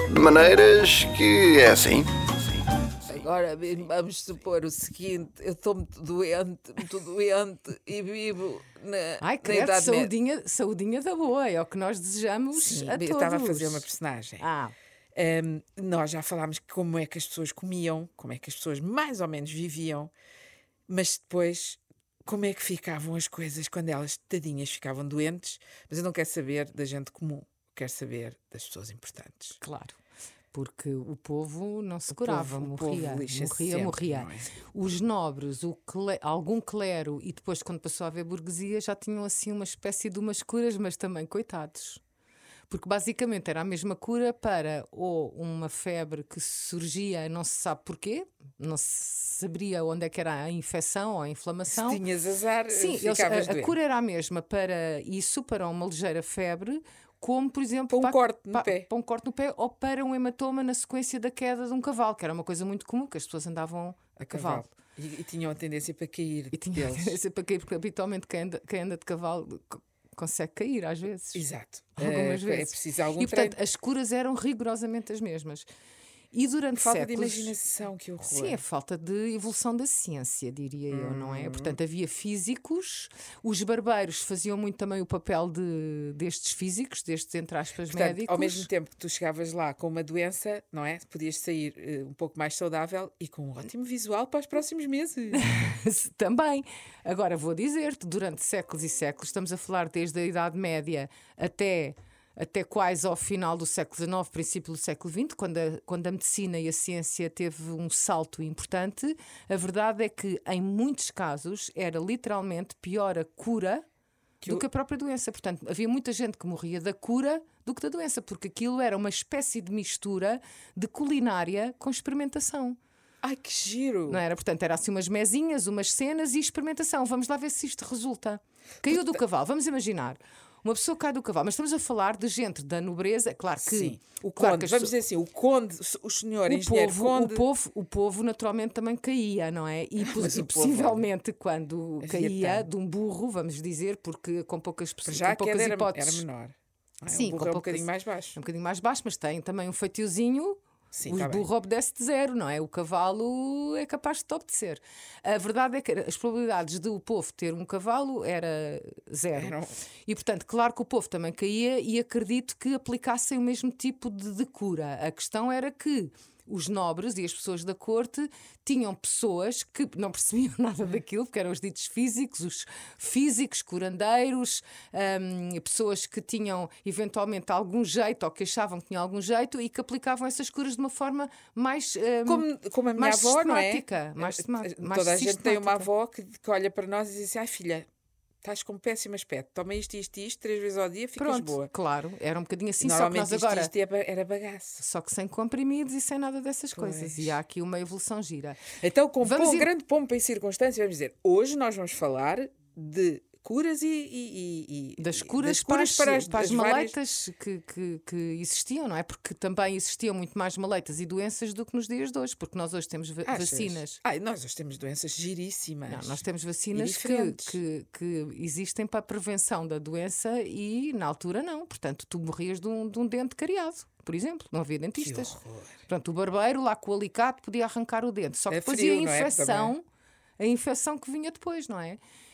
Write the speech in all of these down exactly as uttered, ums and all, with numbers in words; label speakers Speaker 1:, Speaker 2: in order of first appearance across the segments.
Speaker 1: De maneiras que é assim.
Speaker 2: Agora vamos supor o seguinte: eu estou muito doente, muito doente e vivo na,
Speaker 3: Ai,
Speaker 2: na
Speaker 3: credo,
Speaker 2: Idade Média.
Speaker 3: saudinha, saudinha da boa, é o que nós desejamos
Speaker 2: Sim,
Speaker 3: a
Speaker 2: eu
Speaker 3: todos.
Speaker 2: estava a fazer uma personagem.
Speaker 3: Ah,
Speaker 2: Ahm, nós já falámos como é que as pessoas comiam, como é que as pessoas mais ou menos viviam, mas depois como é que ficavam as coisas quando elas, tadinhas, ficavam doentes. Mas eu não quero saber da gente comum, quero saber das pessoas importantes.
Speaker 3: claro. Porque o povo não se
Speaker 2: O
Speaker 3: curava,
Speaker 2: povo- o povo
Speaker 3: morria,
Speaker 2: lixa-se
Speaker 3: morria,
Speaker 2: sempre,
Speaker 3: morria.
Speaker 2: não é?
Speaker 3: Os nobres, o cle- algum clero, e depois, quando passou a haver burguesia, já tinham assim uma espécie de umas curas, mas também coitados. Porque basicamente era a mesma cura para ou uma febre que surgia, não se sabe porquê, não se saberia onde é que era a infecção ou a
Speaker 2: Se
Speaker 3: inflamação.
Speaker 2: tinhas azar,
Speaker 3: Sim, eles-
Speaker 2: ficavas
Speaker 3: a, a
Speaker 2: doente.
Speaker 3: cura era a mesma para isso, para uma ligeira febre, como por exemplo
Speaker 2: Para um
Speaker 3: para,
Speaker 2: corte no
Speaker 3: para-
Speaker 2: pé.
Speaker 3: para um corte no pé ou para um hematoma na sequência da queda de um cavalo, que era uma coisa muito comum, que as pessoas andavam a,
Speaker 2: A
Speaker 3: cavalo.
Speaker 2: cavalo. E, e tinham a tendência para cair
Speaker 3: E tinha
Speaker 2: deles.
Speaker 3: tendência para cair, porque habitualmente quem anda, quem anda de cavalo co- consegue cair às vezes.
Speaker 2: Exato.
Speaker 3: Algumas
Speaker 2: Eh,
Speaker 3: vezes.
Speaker 2: É preciso algum
Speaker 3: E portanto,
Speaker 2: treino.
Speaker 3: as curas eram rigorosamente as mesmas. E durante
Speaker 2: Falta de
Speaker 3: séculos.
Speaker 2: imaginação, que horror.
Speaker 3: Sim, é falta de evolução da ciência, diria eu, não
Speaker 2: Hum.
Speaker 3: é? Portanto, havia físicos, os barbeiros faziam muito também o papel de, destes físicos, destes, entre aspas,
Speaker 2: Portanto,
Speaker 3: médicos.
Speaker 2: ao mesmo tempo que tu chegavas lá com uma doença, não é? Podias sair eh, um pouco mais saudável e com um ótimo visual para os próximos meses.
Speaker 3: Também. Agora, vou dizer-te, durante séculos e séculos, estamos a falar desde a Idade Média até, até quase ao final do século dezenove, princípio do século vinte, quando a, quando a medicina e a ciência teve um salto importante. A verdade é que, em muitos casos, era literalmente pior a cura
Speaker 2: Que
Speaker 3: do
Speaker 2: o-
Speaker 3: que a própria doença. Portanto, havia muita gente que morria da cura do que da doença, porque aquilo era uma espécie de mistura de culinária com experimentação.
Speaker 2: Ai, que giro!
Speaker 3: Não era? Portanto, era assim umas mesinhas, umas cenas e experimentação. Vamos lá ver se isto resulta. Caiu do cavalo, vamos imaginar. Uma pessoa cai do cavalo, mas estamos a falar de gente da nobreza, claro que.
Speaker 2: Sim. O
Speaker 3: claro
Speaker 2: conde,
Speaker 3: que as
Speaker 2: vamos
Speaker 3: pessoas-
Speaker 2: dizer assim, o conde, o senhor
Speaker 3: o
Speaker 2: engenheiro
Speaker 3: povo,
Speaker 2: conde.
Speaker 3: o, povo, o povo naturalmente também caía, não é? E,
Speaker 2: Mas
Speaker 3: e
Speaker 2: o povo,
Speaker 3: possivelmente quando
Speaker 2: havia
Speaker 3: caía
Speaker 2: tanto.
Speaker 3: de um burro, vamos dizer, porque com poucas
Speaker 2: Para
Speaker 3: pessoas,
Speaker 2: já a
Speaker 3: com
Speaker 2: queda
Speaker 3: poucas
Speaker 2: era,
Speaker 3: hipóteses.
Speaker 2: era menor. não é?
Speaker 3: Sim,
Speaker 2: o burro
Speaker 3: com
Speaker 2: é um
Speaker 3: poucas-
Speaker 2: bocadinho mais baixo.
Speaker 3: É um bocadinho mais baixo, mas tem também um feitiozinho.
Speaker 2: Sim,
Speaker 3: O
Speaker 2: tá bem.
Speaker 3: burro obedece de zero, não é? O cavalo é capaz de te obedecer. A verdade é que as probabilidades de o povo ter um cavalo era zero.
Speaker 2: Eram-
Speaker 3: E portanto, claro que o povo também caía e acredito que aplicassem o mesmo tipo de, de cura. A questão era que os nobres e as pessoas da corte tinham pessoas que não percebiam nada daquilo, porque eram os ditos físicos, os físicos, curandeiros, hum, pessoas que tinham eventualmente algum jeito ou que achavam que tinham algum jeito e que aplicavam essas curas de uma forma mais, hum,
Speaker 2: Como, como a minha
Speaker 3: mais
Speaker 2: avó, não é?
Speaker 3: sistemática, mais sistema-
Speaker 2: Eh,
Speaker 3: mais
Speaker 2: Toda a gente tem uma
Speaker 3: sistemática.
Speaker 2: avó que, que olha para nós e diz assim: ai filha, estás com péssimo aspecto, toma isto, isto e isto, três vezes ao dia, ficas
Speaker 3: Pronto,
Speaker 2: boa.
Speaker 3: claro, era um bocadinho assim,
Speaker 2: E
Speaker 3: só que
Speaker 2: normalmente
Speaker 3: nós
Speaker 2: isto,
Speaker 3: agora.
Speaker 2: isto é ba- era bagaço.
Speaker 3: Só que sem comprimidos e sem nada dessas
Speaker 2: Pois.
Speaker 3: coisas. E há aqui uma evolução gira.
Speaker 2: Então, com
Speaker 3: Vamos
Speaker 2: pom-
Speaker 3: ir-
Speaker 2: grande pompa e circunstância, vamos dizer, hoje nós vamos falar de curas e... e- e- e-
Speaker 3: Das
Speaker 2: e-
Speaker 3: curas,
Speaker 2: das curas
Speaker 3: para, as,
Speaker 2: as,
Speaker 3: para as
Speaker 2: as várias-
Speaker 3: maleitas que, que, que existiam, não é? Porque também existiam muito mais maleitas e doenças do que nos dias de hoje, porque nós hoje temos va-
Speaker 2: Achas?
Speaker 3: vacinas.
Speaker 2: Ai, nós hoje temos doenças giríssimas.
Speaker 3: Não, nós temos vacinas que,
Speaker 2: diferentes.
Speaker 3: que, que existem para a prevenção da doença e na altura não. Portanto, tu morrias de um, de um dente cariado, por exemplo. Não havia
Speaker 2: Que
Speaker 3: dentistas.
Speaker 2: horror.
Speaker 3: Portanto, o barbeiro lá com o alicate podia arrancar o dente. Só que
Speaker 2: É
Speaker 3: depois
Speaker 2: frio,
Speaker 3: ia a
Speaker 2: não é?
Speaker 3: infecção, a infecção que vinha depois, não é?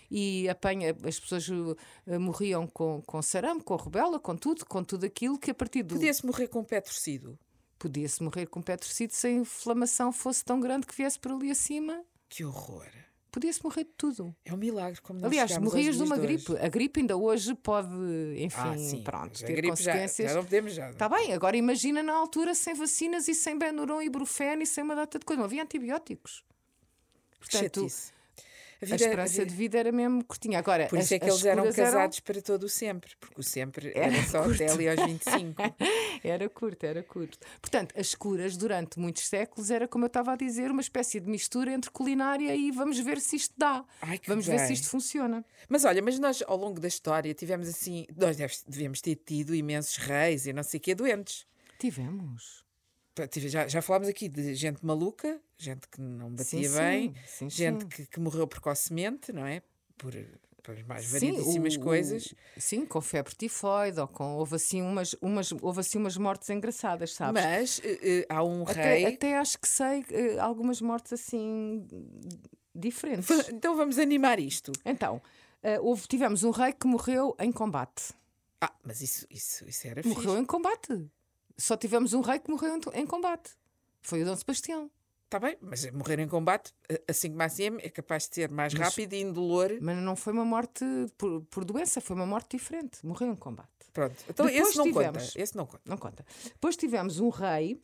Speaker 3: E apanha, as pessoas uh, morriam com, com sarampo, com rubéola, com tudo, com tudo aquilo que a partir do.
Speaker 2: Podia-se morrer com o pé torcido.
Speaker 3: Podia-se morrer com o pé torcido se a inflamação fosse tão grande que viesse por ali acima.
Speaker 2: Que horror.
Speaker 3: Podia-se morrer de tudo.
Speaker 2: É um milagre como nós
Speaker 3: Aliás,
Speaker 2: chegámos aos
Speaker 3: morrias de
Speaker 2: dias
Speaker 3: uma
Speaker 2: hoje.
Speaker 3: gripe. A gripe ainda hoje pode, enfim,
Speaker 2: Ah, sim.
Speaker 3: pronto,
Speaker 2: Mas a
Speaker 3: ter
Speaker 2: gripe já,
Speaker 3: consequências.
Speaker 2: já não podemos já.
Speaker 3: Está bem, agora imagina na altura sem vacinas e sem Benuron, ibuprofeno e sem uma data de coisa. Não havia antibióticos.
Speaker 2: Que
Speaker 3: Portanto,
Speaker 2: chatice. A
Speaker 3: a
Speaker 2: vida-
Speaker 3: esperança
Speaker 2: a vida-
Speaker 3: de vida era mesmo curtinha. Agora,
Speaker 2: Por isso
Speaker 3: as,
Speaker 2: é que
Speaker 3: as
Speaker 2: eles eram
Speaker 3: curas
Speaker 2: casados para todo o sempre, porque o sempre era,
Speaker 3: Era
Speaker 2: só
Speaker 3: curto.
Speaker 2: até ali aos vinte e cinco.
Speaker 3: Era curto, era curto. Portanto, as curas durante muitos séculos era, como eu estava a dizer, uma espécie de mistura entre culinária e vamos ver se isto dá.
Speaker 2: Ai, que
Speaker 3: Vamos ver
Speaker 2: bem.
Speaker 3: se isto funciona.
Speaker 2: Mas olha, mas nós ao longo da história tivemos assim, nós deve- devemos ter tido imensos reis e não sei o quê doentes.
Speaker 3: Tivemos.
Speaker 2: Pá, tive- Já, já falámos aqui de gente maluca, gente que não batia
Speaker 3: Sim,
Speaker 2: bem,
Speaker 3: sim, sim,
Speaker 2: gente
Speaker 3: sim.
Speaker 2: Que, que morreu precocemente, não é? Por para as mais
Speaker 3: Sim,
Speaker 2: variedíssimas
Speaker 3: o- o-
Speaker 2: coisas.
Speaker 3: Sim, com febre tifoide, ou com. Houve assim umas, umas, houve assim umas mortes engraçadas, sabes?
Speaker 2: Mas eh, eh, há um
Speaker 3: Até,
Speaker 2: rei.
Speaker 3: até acho que sei eh, algumas mortes assim diferentes.
Speaker 2: Então vamos animar isto.
Speaker 3: Então, eh, houve, tivemos um rei que morreu em combate.
Speaker 2: Ah, mas isso, isso, isso era
Speaker 3: Morreu
Speaker 2: fixe.
Speaker 3: em combate. Só tivemos um rei que morreu em, em combate. Foi o Dom Sebastião.
Speaker 2: Está bem, mas morrer em combate, eh, assim como assim, é capaz de ser mais rápido e indolor.
Speaker 3: Mas não foi uma morte por, por doença, foi uma morte diferente. Morreu em combate.
Speaker 2: Pronto, então
Speaker 3: Depois
Speaker 2: esse não
Speaker 3: tivemos-
Speaker 2: conta. Esse não conta.
Speaker 3: Não conta. Depois tivemos um rei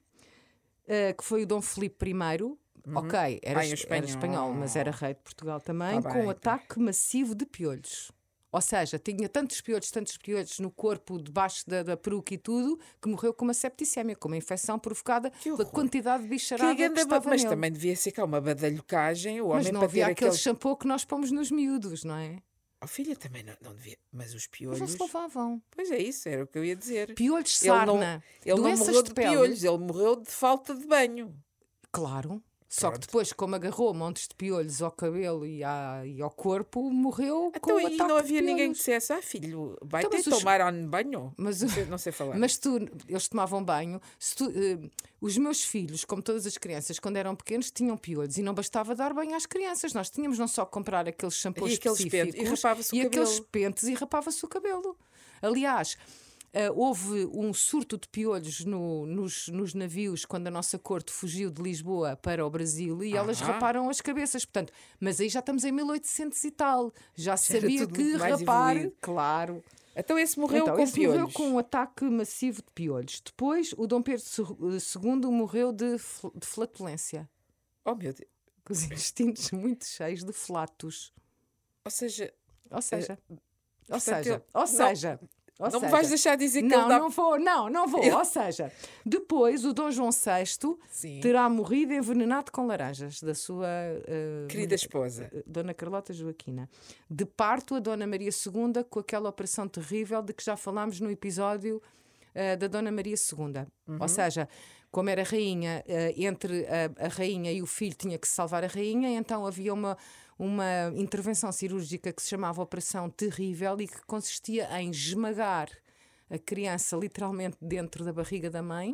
Speaker 3: eh, que foi o Dom Filipe I. Ok, era,
Speaker 2: Ah, em
Speaker 3: es- era
Speaker 2: espanhol.
Speaker 3: espanhol, mas era rei de Portugal também,
Speaker 2: Tá
Speaker 3: com
Speaker 2: bem,
Speaker 3: um
Speaker 2: tá
Speaker 3: ataque massivo de piolhos. Ou seja, tinha tantos piolhos, tantos piolhos no corpo, debaixo da, da peruca e tudo, que morreu com uma septicémia, com uma infecção provocada pela
Speaker 2: horror.
Speaker 3: quantidade de
Speaker 2: Que
Speaker 3: bicharada que,
Speaker 2: ganda ba-
Speaker 3: estava
Speaker 2: mas
Speaker 3: nele.
Speaker 2: também devia ser cá uma badalhocagem, o
Speaker 3: Mas
Speaker 2: homem
Speaker 3: não
Speaker 2: para
Speaker 3: havia
Speaker 2: ter
Speaker 3: aquele
Speaker 2: aquele.
Speaker 3: shampoo que nós pomos nos miúdos, não é?
Speaker 2: Oh, filha, também não, não devia. Mas os
Speaker 3: Mas
Speaker 2: piolhos.
Speaker 3: não se lavavam.
Speaker 2: Pois é isso, era o que eu ia dizer.
Speaker 3: Piolhos,
Speaker 2: Ele não,
Speaker 3: sarna,
Speaker 2: ele não
Speaker 3: doenças
Speaker 2: morreu
Speaker 3: de
Speaker 2: de
Speaker 3: pele.
Speaker 2: piolhos, ele morreu de falta de banho.
Speaker 3: Claro. Só que
Speaker 2: Pronto.
Speaker 3: depois, como agarrou montes de piolhos ao cabelo e, à- e ao corpo, morreu com
Speaker 2: Então
Speaker 3: o
Speaker 2: aí
Speaker 3: ataque
Speaker 2: não
Speaker 3: de
Speaker 2: havia ninguém que
Speaker 3: piolhos.
Speaker 2: dissesse: Ah, filho, vai
Speaker 3: Então,
Speaker 2: ter
Speaker 3: mas
Speaker 2: de
Speaker 3: os-
Speaker 2: tomar um banho.
Speaker 3: Mas,
Speaker 2: Não sei, não sei falar.
Speaker 3: mas tu, eles tomavam banho. Se tu, eh, os meus filhos, como todas as crianças, quando eram pequenos, tinham piolhos e não bastava dar banho às crianças. Nós tínhamos não só que comprar aqueles shampoos
Speaker 2: E aqueles
Speaker 3: específicos
Speaker 2: pentes, e rapava-se o
Speaker 3: e aqueles
Speaker 2: cabelo.
Speaker 3: pentes e rapava-se o cabelo. Aliás, eh, houve um surto de piolhos no- nos, nos navios quando a nossa corte fugiu de Lisboa para o Brasil e elas
Speaker 2: Ah.
Speaker 3: raparam as cabeças. Portanto, mas aí já estamos em mil e oitocentos e tal. Já se
Speaker 2: Era
Speaker 3: sabia
Speaker 2: tudo
Speaker 3: que
Speaker 2: muito mais
Speaker 3: rapar.
Speaker 2: evoluído.
Speaker 3: Claro.
Speaker 2: Então esse morreu
Speaker 3: Então,
Speaker 2: com
Speaker 3: esse
Speaker 2: piolhos.
Speaker 3: morreu com um ataque massivo de piolhos. Depois, o Dom Pedro segundo morreu de, fl- de flatulência,
Speaker 2: Oh meu Deus.
Speaker 3: com os intestinos muito cheios de flatos.
Speaker 2: Ou seja,
Speaker 3: Ou seja, ou
Speaker 2: portanto,
Speaker 3: seja,
Speaker 2: ele-
Speaker 3: ou
Speaker 2: não,
Speaker 3: seja, ou
Speaker 2: não me
Speaker 3: seja,
Speaker 2: vais deixar dizer que
Speaker 3: não,
Speaker 2: ele dá.
Speaker 3: não vou, não, não vou. Ou seja, depois o Dom João sexto
Speaker 2: Sim.
Speaker 3: terá morrido envenenado com laranjas da sua eh,
Speaker 2: Querida esposa.
Speaker 3: eh, Dona Carlota Joaquina. De parto a Dona Maria segunda com aquela operação terrível de que já falámos no episódio eh, da Dona Maria segunda. Ou seja, como era rainha, eh, entre a, a rainha e o filho tinha que se salvar a rainha, então havia uma, uma intervenção cirúrgica que se chamava Operação Terrível e que consistia em esmagar a criança literalmente dentro da barriga da mãe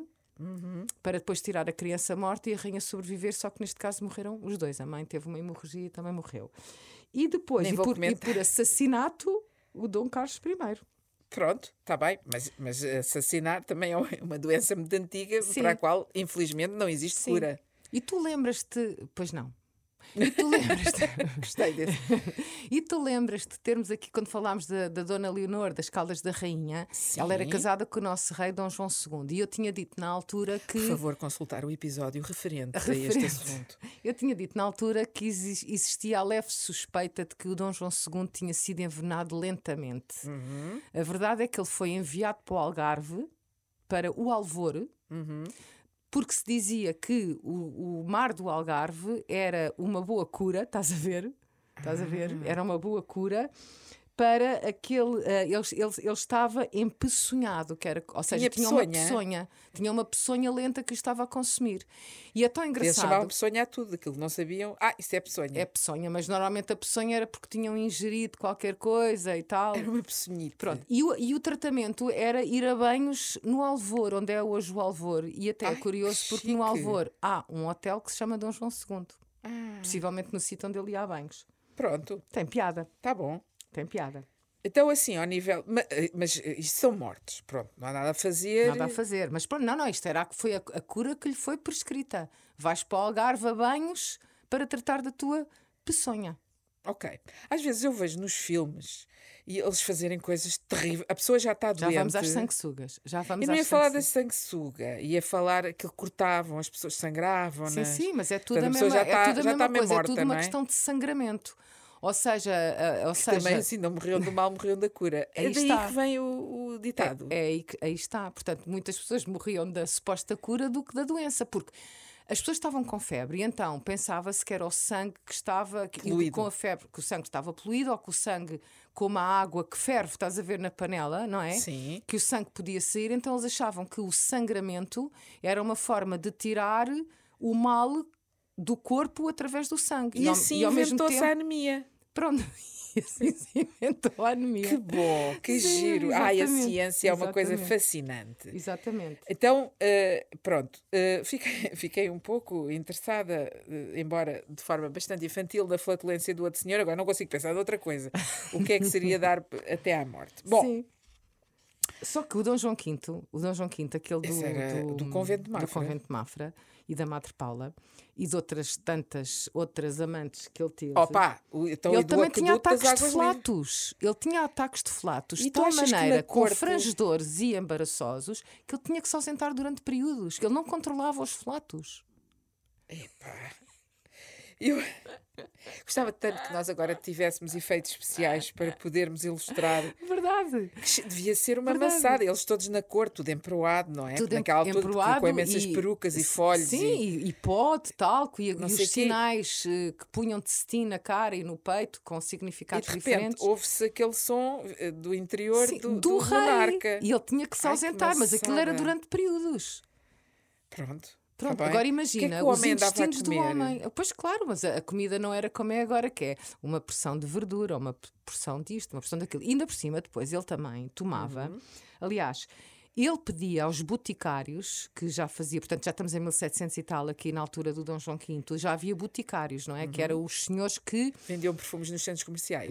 Speaker 3: para depois tirar a criança morta e a rainha sobreviver, só que neste caso morreram os dois. A mãe teve uma hemorragia e também morreu. E depois,
Speaker 2: Nem
Speaker 3: e
Speaker 2: vou
Speaker 3: por, e
Speaker 2: comentar.
Speaker 3: por assassinato, o Dom Carlos I.
Speaker 2: Pronto, está bem, mas, mas assassinar também é uma doença muito antiga
Speaker 3: Sim.
Speaker 2: para a qual, infelizmente, não existe
Speaker 3: Sim.
Speaker 2: cura.
Speaker 3: E tu lembras-te... Pois não. E tu lembras-te...
Speaker 2: Gostei desse.
Speaker 3: E tu lembras-te de termos aqui, quando falámos da, da Dona Leonor, das Caldas da Rainha,
Speaker 2: Sim.
Speaker 3: ela era casada com o nosso rei Dom João segundo. E eu tinha dito na altura que...
Speaker 2: Por favor, consultar o episódio referente, a
Speaker 3: Referente.
Speaker 2: este assunto.
Speaker 3: Eu tinha dito na altura que exis- existia a leve suspeita de que o Dom João segundo tinha sido envenenado lentamente.
Speaker 2: Uhum.
Speaker 3: A verdade é que ele foi enviado para o Algarve, para o Alvor,
Speaker 2: Uhum.
Speaker 3: porque se dizia que o, o mar do Algarve era uma boa cura, estás a ver? Estás a ver?
Speaker 2: Ah.
Speaker 3: Era uma boa cura para aquele. eh, ele, ele, ele estava empeçonhado, que era, ou seja,
Speaker 2: Tinha
Speaker 3: tinha uma
Speaker 2: peçonha?
Speaker 3: peçonha, tinha uma peçonha lenta que o estava a consumir. E é tão
Speaker 2: Eles
Speaker 3: engraçado.
Speaker 2: chamavam peçonha a tudo, aquilo que não sabiam. Ah, isso é peçonha.
Speaker 3: É peçonha, mas normalmente a peçonha era porque tinham ingerido qualquer coisa e tal.
Speaker 2: Era uma peçonhita.
Speaker 3: Pronto. E o, e o tratamento era ir a banhos no Alvor, onde é hoje o Alvor. E até
Speaker 2: Ai,
Speaker 3: é curioso
Speaker 2: que
Speaker 3: porque no
Speaker 2: chique.
Speaker 3: Alvor há um hotel que se chama Dom João segundo.
Speaker 2: Ah,
Speaker 3: Possivelmente no sítio onde ele ia a banhos.
Speaker 2: pronto,
Speaker 3: Tem piada,
Speaker 2: está bom.
Speaker 3: tem piada.
Speaker 2: Então, assim, ao nível. ma- eh, Mas, isto são mortes, pronto, não há nada a fazer.
Speaker 3: Nada a fazer. Mas pronto, não, não, isto era, a- foi a, a cura que lhe foi prescrita. Vais para o Algarve a banhos para tratar da tua peçonha.
Speaker 2: Ok. Às vezes eu vejo nos filmes e eles fazerem coisas terríveis. A pessoa já está
Speaker 3: Já
Speaker 2: doente.
Speaker 3: vamos às sanguessugas. Já vamos
Speaker 2: Eu não ia
Speaker 3: às
Speaker 2: falar da
Speaker 3: sanguessugas.
Speaker 2: sanguessuga, ia falar aquilo que cortavam, as pessoas sangravam.
Speaker 3: Sim,
Speaker 2: nas-
Speaker 3: sim, mas é tudo
Speaker 2: Portanto,
Speaker 3: a
Speaker 2: a pessoa
Speaker 3: mesma,
Speaker 2: já está-
Speaker 3: é tudo a
Speaker 2: já
Speaker 3: mesma
Speaker 2: está meio
Speaker 3: coisa, é
Speaker 2: morta,
Speaker 3: tudo uma
Speaker 2: não é?
Speaker 3: questão de sangramento. Ou seja, a- ou seja
Speaker 2: Também assim, não morreram do mal, morreram da cura.
Speaker 3: Aí
Speaker 2: É daí
Speaker 3: está.
Speaker 2: que vem o, o ditado.
Speaker 3: É, é aí, que- aí está. Portanto, muitas pessoas morriam da suposta cura do que da doença, porque as pessoas estavam com febre e então pensava-se que era o sangue que estava que-
Speaker 2: Poluído.
Speaker 3: com a febre, que o sangue estava poluído ou que o sangue, como a água que ferve, estás a ver na panela, não é?
Speaker 2: Sim.
Speaker 3: Que o sangue podia sair, então eles achavam que o sangramento era uma forma de tirar o mal do corpo através do sangue.
Speaker 2: E,
Speaker 3: ao-
Speaker 2: assim
Speaker 3: ao mesmo
Speaker 2: inventou-se
Speaker 3: tempo,
Speaker 2: a anemia.
Speaker 3: pronto. e assim se inventou a anemia.
Speaker 2: Que bom, que
Speaker 3: Sim,
Speaker 2: giro. Ai, a
Speaker 3: exatamente,
Speaker 2: ciência é uma coisa
Speaker 3: exatamente.
Speaker 2: fascinante.
Speaker 3: Exatamente.
Speaker 2: Então, eh, pronto, eh, fiquei, fiquei um pouco interessada, eh, embora de forma bastante infantil, na flatulência do outro senhor. Agora não consigo pensar em outra coisa. O que é que seria dar p- até à morte? Bom,
Speaker 3: Sim. Só que o Dom João V, o Dom João V, aquele do,
Speaker 2: Esse era
Speaker 3: do,
Speaker 2: do Convento de
Speaker 3: do
Speaker 2: Mafra.
Speaker 3: Convento de Mafra e da Madre Paula e de outras tantas outras amantes que ele teve.
Speaker 2: opa, o- então,
Speaker 3: Ele
Speaker 2: e do
Speaker 3: também tinha
Speaker 2: aqueduto das
Speaker 3: ataques de
Speaker 2: águas livres.
Speaker 3: flatos. Ele tinha ataques de flatos
Speaker 2: E
Speaker 3: de
Speaker 2: tu
Speaker 3: tal
Speaker 2: achas que na
Speaker 3: maneira
Speaker 2: corte-
Speaker 3: confrangedores e embaraçosos que ele tinha que se ausentar durante períodos, que ele não controlava os flatos.
Speaker 2: Epá. Eu gostava tanto que nós agora tivéssemos efeitos especiais para podermos ilustrar.
Speaker 3: Verdade.
Speaker 2: Que devia ser uma
Speaker 3: Verdade.
Speaker 2: maçada. Eles todos na cor, tudo emproado, não é?
Speaker 3: Tudo
Speaker 2: Naquela altura,
Speaker 3: emproado
Speaker 2: com imensas
Speaker 3: e-
Speaker 2: perucas e folhas.
Speaker 3: Sim,
Speaker 2: E...
Speaker 3: e, e pó de talco e, e
Speaker 2: Não
Speaker 3: os
Speaker 2: sei quê.
Speaker 3: sinais eh, que punham de cetim na cara e no peito com
Speaker 2: E
Speaker 3: significados
Speaker 2: de repente
Speaker 3: diferentes.
Speaker 2: ouve-se aquele som eh, do interior
Speaker 3: Sim,
Speaker 2: do,
Speaker 3: do
Speaker 2: do
Speaker 3: rei.
Speaker 2: monarca.
Speaker 3: E ele tinha que se
Speaker 2: Ai, que
Speaker 3: ausentar, mas aquilo era
Speaker 2: maçada.
Speaker 3: durante períodos.
Speaker 2: Pronto.
Speaker 3: Pronto,
Speaker 2: tá bem.
Speaker 3: agora
Speaker 2: O que é
Speaker 3: imagina
Speaker 2: que o
Speaker 3: os
Speaker 2: homem andava a
Speaker 3: intestinos do
Speaker 2: comer?
Speaker 3: homem. Pois claro, mas a, a comida não era como é agora, que é uma porção de verdura, ou uma p- porção disto, uma porção daquilo. E ainda por cima, depois ele também tomava.
Speaker 2: Uhum.
Speaker 3: Aliás, ele pedia aos boticários, que já fazia, portanto já estamos em mil e setecentos e tal, aqui na altura do Dom João V, já havia boticários, não é? Que
Speaker 2: Uhum.
Speaker 3: eram os senhores que,
Speaker 2: Vendiam perfumes nos centros comerciais.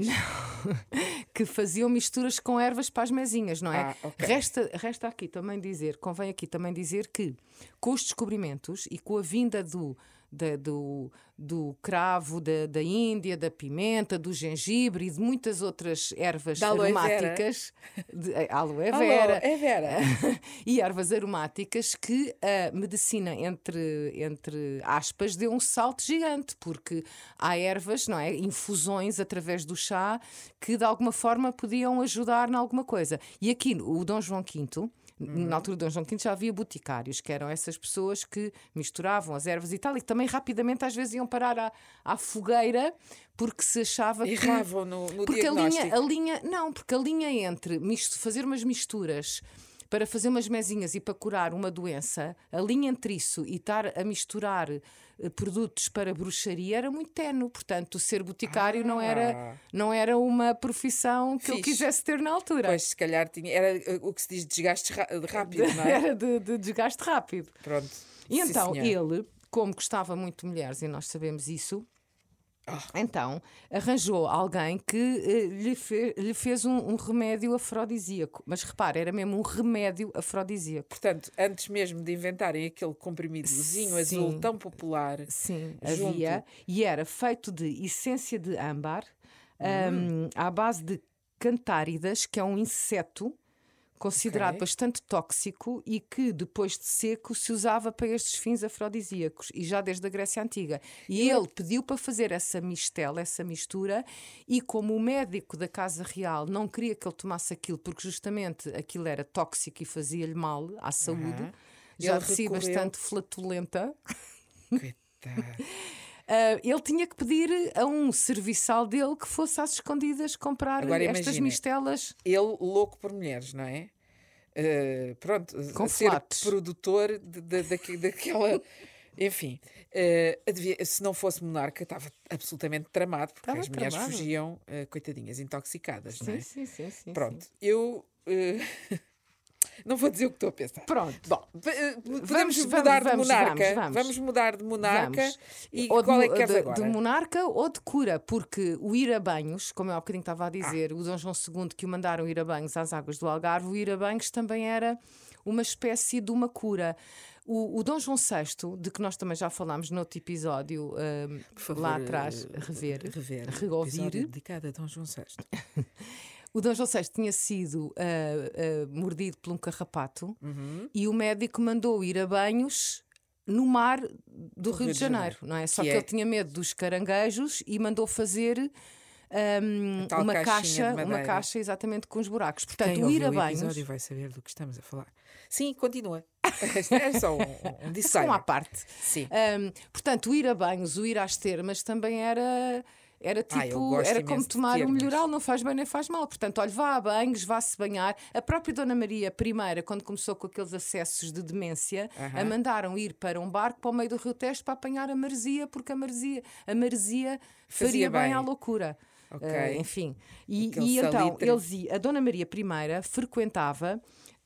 Speaker 3: que faziam misturas com ervas para as mesinhas, não é?
Speaker 2: Ah, ok.
Speaker 3: Resta, resta aqui também dizer, convém aqui também dizer que com os descobrimentos e com a vinda do, da- do, do cravo da, da Índia, da pimenta, do gengibre e de muitas outras ervas
Speaker 2: Da aloe vera.
Speaker 3: aromáticas, de, eh, aloe
Speaker 2: Alô,
Speaker 3: vera,
Speaker 2: é Vera.
Speaker 3: e ervas aromáticas, que a medicina, entre, entre aspas, deu um salto gigante, porque há ervas, não é? Infusões através do chá que de alguma forma podiam ajudar em alguma coisa. E aqui o Dom João V. Na altura do Dom João V já havia boticários, que eram essas pessoas que misturavam as ervas e tal, e que também rapidamente às vezes iam parar à, à fogueira porque se achava que.
Speaker 2: Erravam no, no
Speaker 3: Porque a
Speaker 2: diagnóstico.
Speaker 3: linha, a linha, não, porque a linha entre misto, fazer umas misturas para fazer umas mesinhas e para curar uma doença, a linha entre isso e estar a misturar eh, produtos para bruxaria era muito ténue. Portanto, ser boticário não, era,
Speaker 2: Ah.
Speaker 3: não era uma profissão que eu
Speaker 2: Fixe.
Speaker 3: quisesse ter na altura.
Speaker 2: Pois, se calhar tinha. Era eh, o que se diz desgaste ra- rápido, não é?
Speaker 3: Era de, de desgaste rápido.
Speaker 2: Pronto.
Speaker 3: E
Speaker 2: Sim,
Speaker 3: então
Speaker 2: senhor.
Speaker 3: ele, como gostava muito de mulheres, e nós sabemos isso,
Speaker 2: Ah.
Speaker 3: então arranjou alguém que eh, lhe, fe- lhe fez um, um remédio afrodisíaco. Mas repara, era mesmo um remédio afrodisíaco.
Speaker 2: Portanto, antes mesmo de inventarem aquele comprimidozinho azul
Speaker 3: Sim.
Speaker 2: tão popular,
Speaker 3: Sim,
Speaker 2: Junto.
Speaker 3: havia. E era feito de essência de âmbar,
Speaker 2: Hum.
Speaker 3: hum, à base de cantáridas, que é um inseto considerado
Speaker 2: Ok.
Speaker 3: bastante tóxico e que depois de seco se usava para estes fins afrodisíacos e já desde a Grécia Antiga. E ele pediu para fazer essa mistela, essa mistura, e como o médico da Casa Real não queria que ele tomasse aquilo porque justamente aquilo era tóxico e fazia-lhe mal à saúde,
Speaker 2: Aham.
Speaker 3: já
Speaker 2: Ele
Speaker 3: de si
Speaker 2: recorreu-
Speaker 3: bastante flatulenta.
Speaker 2: coitado.
Speaker 3: Uh, ele tinha que pedir a um serviçal dele que fosse às escondidas comprar
Speaker 2: Agora
Speaker 3: estas
Speaker 2: imagina.
Speaker 3: mistelas.
Speaker 2: Ele louco por mulheres, não é? Eh, pronto,
Speaker 3: Com
Speaker 2: a ser
Speaker 3: flatos.
Speaker 2: produtor de, de- daque- daquela. Enfim, eh, devia- se não fosse monarca, estava absolutamente tramado, porque
Speaker 3: Estava
Speaker 2: as mulheres
Speaker 3: tramado.
Speaker 2: fugiam, eh, coitadinhas, intoxicadas, não é?
Speaker 3: Sim, sim, sim, sim.
Speaker 2: Pronto,
Speaker 3: sim.
Speaker 2: eu eh, não vou dizer o que estou a pensar.
Speaker 3: Pronto.
Speaker 2: Bom, p- eh, podemos
Speaker 3: Vamos,
Speaker 2: mudar
Speaker 3: vamos,
Speaker 2: de monarca.
Speaker 3: vamos, vamos.
Speaker 2: Vamos mudar de monarca.
Speaker 3: Vamos.
Speaker 2: E
Speaker 3: Ou de,
Speaker 2: qual é que
Speaker 3: mo-
Speaker 2: queres
Speaker 3: de-
Speaker 2: agora?
Speaker 3: de monarca ou de cura, porque o ir a banhos, como eu há bocadinho estava a dizer,
Speaker 2: Ah.
Speaker 3: o Dom João segundo que o mandaram ir a banhos às águas do Algarve, o ir a banhos também era uma espécie de uma cura. O, o Dom João sexto, de que nós também já falámos noutro episódio, ahm,
Speaker 2: Por favor,
Speaker 3: lá atrás,
Speaker 2: eh,
Speaker 3: rever,
Speaker 2: rever.
Speaker 3: reouvir.
Speaker 2: Episódio dedicado a Dom João sexto.
Speaker 3: O Dom João sexto tinha sido ah, ah, mordido por um carrapato
Speaker 2: Uhum.
Speaker 3: e o médico mandou ir a banhos no mar do Rio, de Janeiro, não é? Só
Speaker 2: que
Speaker 3: que,
Speaker 2: é-
Speaker 3: ele tinha medo dos caranguejos e mandou fazer ahm,
Speaker 2: A tal
Speaker 3: uma
Speaker 2: caixinha
Speaker 3: caixa,
Speaker 2: de
Speaker 3: uma
Speaker 2: madeira.
Speaker 3: caixa exatamente com os buracos. Portanto,
Speaker 2: Quem
Speaker 3: o ir
Speaker 2: ouviu
Speaker 3: a
Speaker 2: o
Speaker 3: banhos,
Speaker 2: episódio vai saber do que estamos a falar. Sim, continua. É só um, um
Speaker 3: é só
Speaker 2: disclaimer.
Speaker 3: uma parte.
Speaker 2: Sim.
Speaker 3: Ahm, portanto, o ir a banhos, o ir às termas também era. Era tipo,
Speaker 2: Ah, eu gosto
Speaker 3: era
Speaker 2: imenso
Speaker 3: como
Speaker 2: de
Speaker 3: tomar um
Speaker 2: termas.
Speaker 3: melhoral, não faz bem nem faz mal. Portanto, olha, vá a banhos, vá-se banhar. A própria Dona Maria I, quando começou com aqueles acessos de demência,
Speaker 2: Aham.
Speaker 3: a mandaram ir para um barco para o meio do Rio Tejo para apanhar a maresia, porque a maresia, a maresia faria
Speaker 2: Fazia
Speaker 3: bem
Speaker 2: bem.
Speaker 3: à loucura.
Speaker 2: Ok.
Speaker 3: Uh, enfim. E,
Speaker 2: Aquele
Speaker 3: e então,
Speaker 2: salitre.
Speaker 3: eles, i- a Dona Maria I frequentava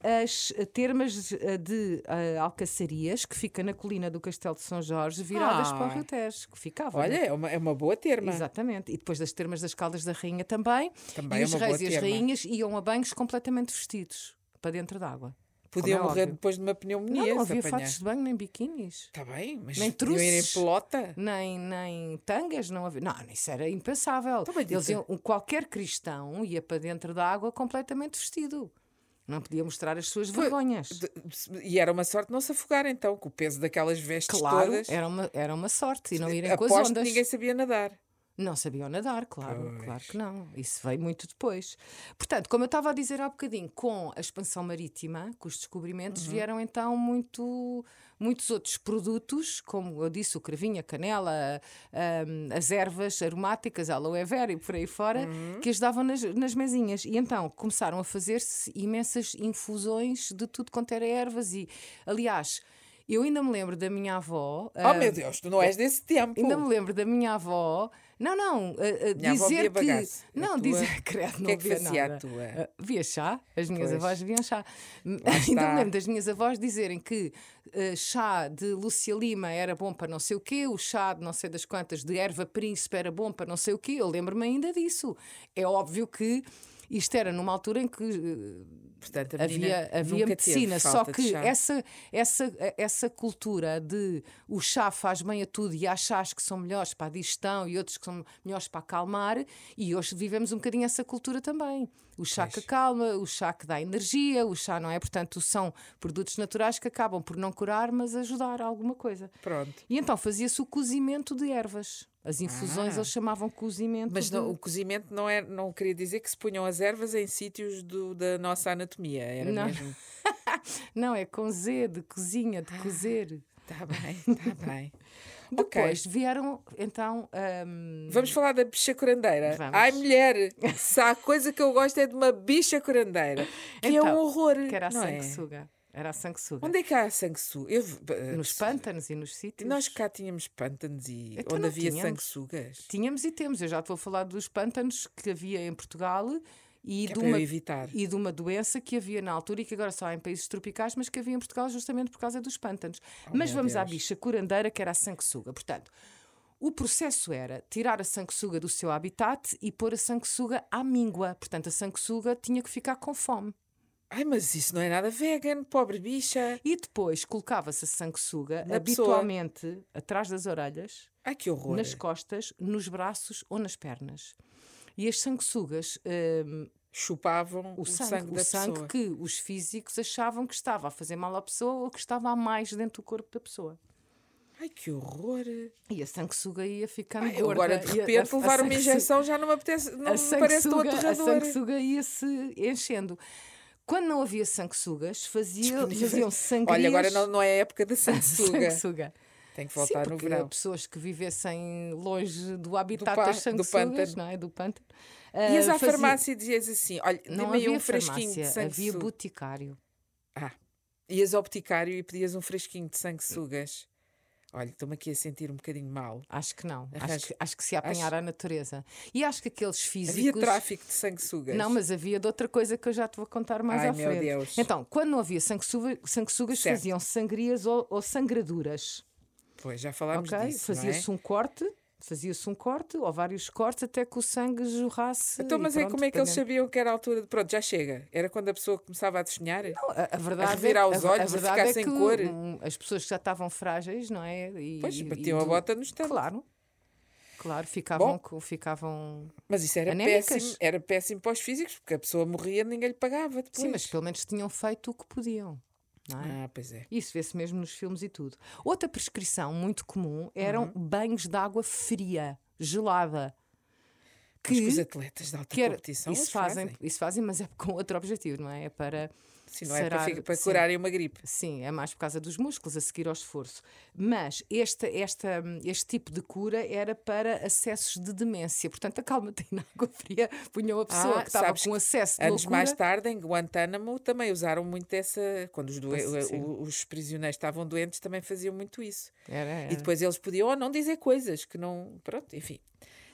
Speaker 3: as eh, termas eh, de eh, Alcaçarias, que fica na colina do Castelo de São Jorge, viradas
Speaker 2: Ah.
Speaker 3: para o Rio Tejo, que ficava.
Speaker 2: Olha,
Speaker 3: né?
Speaker 2: é uma, é uma boa terma.
Speaker 3: Exatamente. E depois das termas das Caldas da Rainha também.
Speaker 2: Também
Speaker 3: e
Speaker 2: é
Speaker 3: os
Speaker 2: uma boa
Speaker 3: reis e as
Speaker 2: terma.
Speaker 3: rainhas iam a banhos completamente vestidos para dentro d'água.
Speaker 2: Podiam
Speaker 3: Como é
Speaker 2: morrer
Speaker 3: óbvio.
Speaker 2: depois de uma
Speaker 3: Não,
Speaker 2: pneumonia.
Speaker 3: não
Speaker 2: se
Speaker 3: havia
Speaker 2: apanhar.
Speaker 3: fatos de banho nem biquínis.
Speaker 2: Está bem, mas
Speaker 3: Nem
Speaker 2: podiam ir em
Speaker 3: truces.
Speaker 2: pelota.
Speaker 3: Nem, nem tangas, não havia. Não, isso era impensável.
Speaker 2: Então, bendita.
Speaker 3: Eles iam, um- qualquer cristão ia para dentro da água completamente vestido. Não podia mostrar as suas
Speaker 2: Foi-
Speaker 3: vergonhas.
Speaker 2: De- E era uma sorte não se afogar então, com o peso daquelas vestes
Speaker 3: Claro,
Speaker 2: todas.
Speaker 3: era uma, era uma sorte. E não irem com as
Speaker 2: Aposto
Speaker 3: ondas.
Speaker 2: que ninguém sabia nadar.
Speaker 3: Não sabiam nadar, claro,
Speaker 2: Pois.
Speaker 3: claro que não. Isso veio muito depois. Portanto, como eu estava a dizer há bocadinho, com a expansão marítima, com os descobrimentos,
Speaker 2: Uhum.
Speaker 3: vieram então muito, muitos outros produtos, como eu disse, o cravinho, a canela, hum, as ervas aromáticas, a aloe vera e por aí fora,
Speaker 2: Uhum.
Speaker 3: que ajudavam nas, nas mesinhas. E então começaram a fazer-se imensas infusões de tudo quanto era ervas. E, aliás, eu ainda me lembro da minha avó.
Speaker 2: Oh
Speaker 3: hum,
Speaker 2: meu Deus, tu não és desse tempo.
Speaker 3: Ainda me lembro da minha avó. Não, não, a, a
Speaker 2: Minha avó
Speaker 3: dizer
Speaker 2: bebia
Speaker 3: que.
Speaker 2: bagaço. A
Speaker 3: Não,
Speaker 2: tua-
Speaker 3: dizer. Credo,
Speaker 2: O
Speaker 3: não
Speaker 2: que é que
Speaker 3: bebia
Speaker 2: fazia
Speaker 3: nada.
Speaker 2: a tua?
Speaker 3: Ah, via chá, as minhas
Speaker 2: Pois.
Speaker 3: avós bebiam chá. Ainda
Speaker 2: está.
Speaker 3: me lembro das minhas avós dizerem que ah, chá de Lúcia Lima era bom para não sei o quê, o chá de não sei das quantas de erva príncipe era bom para não sei o quê. Eu lembro-me ainda disso. É óbvio que isto era numa altura em que ah,
Speaker 2: Portanto, a menina
Speaker 3: havia, havia
Speaker 2: nunca teve
Speaker 3: medicina, só
Speaker 2: falta de
Speaker 3: que
Speaker 2: chá.
Speaker 3: essa, essa, essa cultura de o chá faz bem a tudo e há chás que são melhores para a digestão e outros que são melhores para acalmar, e hoje vivemos um bocadinho essa cultura também. O chá
Speaker 2: Pois.
Speaker 3: que acalma, o chá que dá energia, o chá, não é? Portanto, são produtos naturais que acabam por não curar, mas ajudar a alguma coisa.
Speaker 2: Pronto.
Speaker 3: E então fazia-se o cozimento de ervas. As infusões
Speaker 2: Ah.
Speaker 3: eles chamavam cozimento
Speaker 2: Mas
Speaker 3: de...
Speaker 2: não, o cozimento não, é, não queria dizer que se punham as ervas em sítios do- da nossa anatomia. Era
Speaker 3: Não.
Speaker 2: mesmo.
Speaker 3: Não, é com Z, de cozinha, de
Speaker 2: Ah.
Speaker 3: cozer.
Speaker 2: Está bem, está bem.
Speaker 3: Depois
Speaker 2: Ok.
Speaker 3: vieram, então. hum,
Speaker 2: Vamos falar da bicha curandeira.
Speaker 3: Vamos.
Speaker 2: Ai, mulher, se há coisa que eu gosto é de uma bicha curandeira. Que é um
Speaker 3: Então,
Speaker 2: horror.
Speaker 3: que era a
Speaker 2: não é?
Speaker 3: sanguessuga. Era a sanguessuga.
Speaker 2: Onde é que há a sanguessuga? Eu, eh,
Speaker 3: Nos pântanos e nos sítios.
Speaker 2: Nós cá tínhamos pântanos e
Speaker 3: Então
Speaker 2: onde
Speaker 3: não
Speaker 2: havia
Speaker 3: tínhamos.
Speaker 2: sanguessugas.
Speaker 3: Tínhamos e temos. Eu já te vou falar dos pântanos que havia em Portugal e,
Speaker 2: Que é
Speaker 3: de
Speaker 2: para
Speaker 3: uma,
Speaker 2: eu evitar.
Speaker 3: e de uma doença que havia na altura e que agora só há em países tropicais, mas que havia em Portugal justamente por causa dos pântanos. mas
Speaker 2: Oh, meu
Speaker 3: vamos à
Speaker 2: Deus.
Speaker 3: bicha curandeira, que era a sanguessuga. Portanto, o processo era tirar a sanguessuga do seu habitat e pôr a sanguessuga à míngua. Portanto, a sanguessuga tinha que ficar com fome.
Speaker 2: Ai, mas isso não é nada vegan, pobre bicha.
Speaker 3: E depois colocava-se a sanguessuga
Speaker 2: Na pessoa.
Speaker 3: habitualmente atrás das orelhas,
Speaker 2: Ai, que horror.
Speaker 3: nas costas, nos braços ou nas pernas. E as sanguessugas, hum,
Speaker 2: Chupavam
Speaker 3: o,
Speaker 2: o,
Speaker 3: sangue,
Speaker 2: sangue,
Speaker 3: o
Speaker 2: da
Speaker 3: sangue
Speaker 2: pessoa.
Speaker 3: que os físicos achavam que estava a fazer mal à pessoa ou que estava a mais dentro do corpo da pessoa.
Speaker 2: Ai, que horror.
Speaker 3: E a sanguessuga ia ficando
Speaker 2: Ai, eu
Speaker 3: gorda.
Speaker 2: agora, de
Speaker 3: e a-
Speaker 2: repente,
Speaker 3: a- a
Speaker 2: levar uma
Speaker 3: sanguessuga-
Speaker 2: injeção já não me apetece, não
Speaker 3: a
Speaker 2: me parece tão
Speaker 3: sanguessuga, a
Speaker 2: aterrador.
Speaker 3: sanguessuga ia-se enchendo. Quando não havia sanguessugas, fazia,
Speaker 2: Disponíveis.
Speaker 3: faziam sangrias.
Speaker 2: Olha, agora não, não é época da sanguessuga.
Speaker 3: sanguessuga.
Speaker 2: Tem que
Speaker 3: Sim,
Speaker 2: voltar no
Speaker 3: porque
Speaker 2: verão.
Speaker 3: pessoas que vivessem longe do habitat
Speaker 2: pa-
Speaker 3: das
Speaker 2: do
Speaker 3: sanguessugas,
Speaker 2: pântano.
Speaker 3: não é? Do pântano.
Speaker 2: Ias
Speaker 3: ah,
Speaker 2: à
Speaker 3: fazia-
Speaker 2: farmácia e dizias assim: olha,
Speaker 3: Não
Speaker 2: dê-me aí
Speaker 3: havia
Speaker 2: um fresquinho de
Speaker 3: farmácia, havia
Speaker 2: sanguessuga.
Speaker 3: boticário.
Speaker 2: Ah, ias ao boticário e pedias um fresquinho de sanguessugas. Olha, estou-me aqui a sentir um bocadinho mal.
Speaker 3: Acho que não.
Speaker 2: Arranjo-
Speaker 3: Acho que, acho que se ia apanhar
Speaker 2: acho-
Speaker 3: a natureza. E acho que aqueles físicos.
Speaker 2: Havia tráfico de sanguessugas.
Speaker 3: Não, mas havia de outra coisa que eu já te vou contar mais
Speaker 2: Ai,
Speaker 3: à
Speaker 2: meu
Speaker 3: frente.
Speaker 2: Deus.
Speaker 3: Então, quando não havia sanguessuga, sanguessugas,
Speaker 2: Certo.
Speaker 3: faziam sangrias ou, ou sangraduras.
Speaker 2: Pois, já falámos
Speaker 3: Ok?
Speaker 2: disso, não é?
Speaker 3: Fazia-se um corte, fazia-se um corte ou vários cortes até que o sangue jorrasse.
Speaker 2: Então,
Speaker 3: e
Speaker 2: mas aí
Speaker 3: pronto,
Speaker 2: como é que
Speaker 3: para
Speaker 2: eles
Speaker 3: dentro.
Speaker 2: sabiam que era a altura de... Pronto, já chega. Era quando a pessoa começava a definhar?
Speaker 3: Não, a, a verdade
Speaker 2: revirar
Speaker 3: é,
Speaker 2: os
Speaker 3: que- a-
Speaker 2: olhos,
Speaker 3: a
Speaker 2: a
Speaker 3: verdade
Speaker 2: ficar
Speaker 3: é
Speaker 2: sem
Speaker 3: que
Speaker 2: cor.
Speaker 3: hum, as pessoas que já estavam frágeis, não é? E,
Speaker 2: Pois,
Speaker 3: e-
Speaker 2: batiam
Speaker 3: e
Speaker 2: a
Speaker 3: do-
Speaker 2: bota no estante.
Speaker 3: Claro, claro, ficavam,
Speaker 2: Bom.
Speaker 3: co- ficavam.
Speaker 2: Mas isso era
Speaker 3: Anémicas.
Speaker 2: péssimo. Era péssimo para os físicos, porque a pessoa morria e ninguém lhe pagava depois.
Speaker 3: Sim, mas pelo menos tinham feito o que podiam, não é?
Speaker 2: Ah, pois é.
Speaker 3: Isso vê-se mesmo nos filmes e tudo. Outra prescrição muito comum eram
Speaker 2: Uhum.
Speaker 3: banhos de água fria, gelada.
Speaker 2: Mas que os
Speaker 3: Que,
Speaker 2: atletas de alta
Speaker 3: que era-
Speaker 2: competição
Speaker 3: isso,
Speaker 2: os
Speaker 3: fazem,
Speaker 2: fazem.
Speaker 3: isso fazem, mas é com outro objetivo, não é? É para.
Speaker 2: Sim, não é para,
Speaker 3: sarar-
Speaker 2: ficar- para
Speaker 3: sim.
Speaker 2: curarem uma gripe.
Speaker 3: Sim, é mais por causa dos músculos a seguir ao esforço. Mas esta, esta, este tipo de cura era para acessos de demência. Portanto, acalma-te na água fria, punham a pessoa
Speaker 2: Ah,
Speaker 3: que estava
Speaker 2: sabes
Speaker 3: com
Speaker 2: que
Speaker 3: acesso de
Speaker 2: Anos
Speaker 3: loucura.
Speaker 2: mais tarde, em Guantánamo, também usaram muito essa. Quando os, doen-
Speaker 3: Pois, sim.
Speaker 2: o- os prisioneiros estavam doentes, também faziam muito isso.
Speaker 3: Era, era.
Speaker 2: E depois eles podiam ou não dizer coisas que não. Pronto, enfim.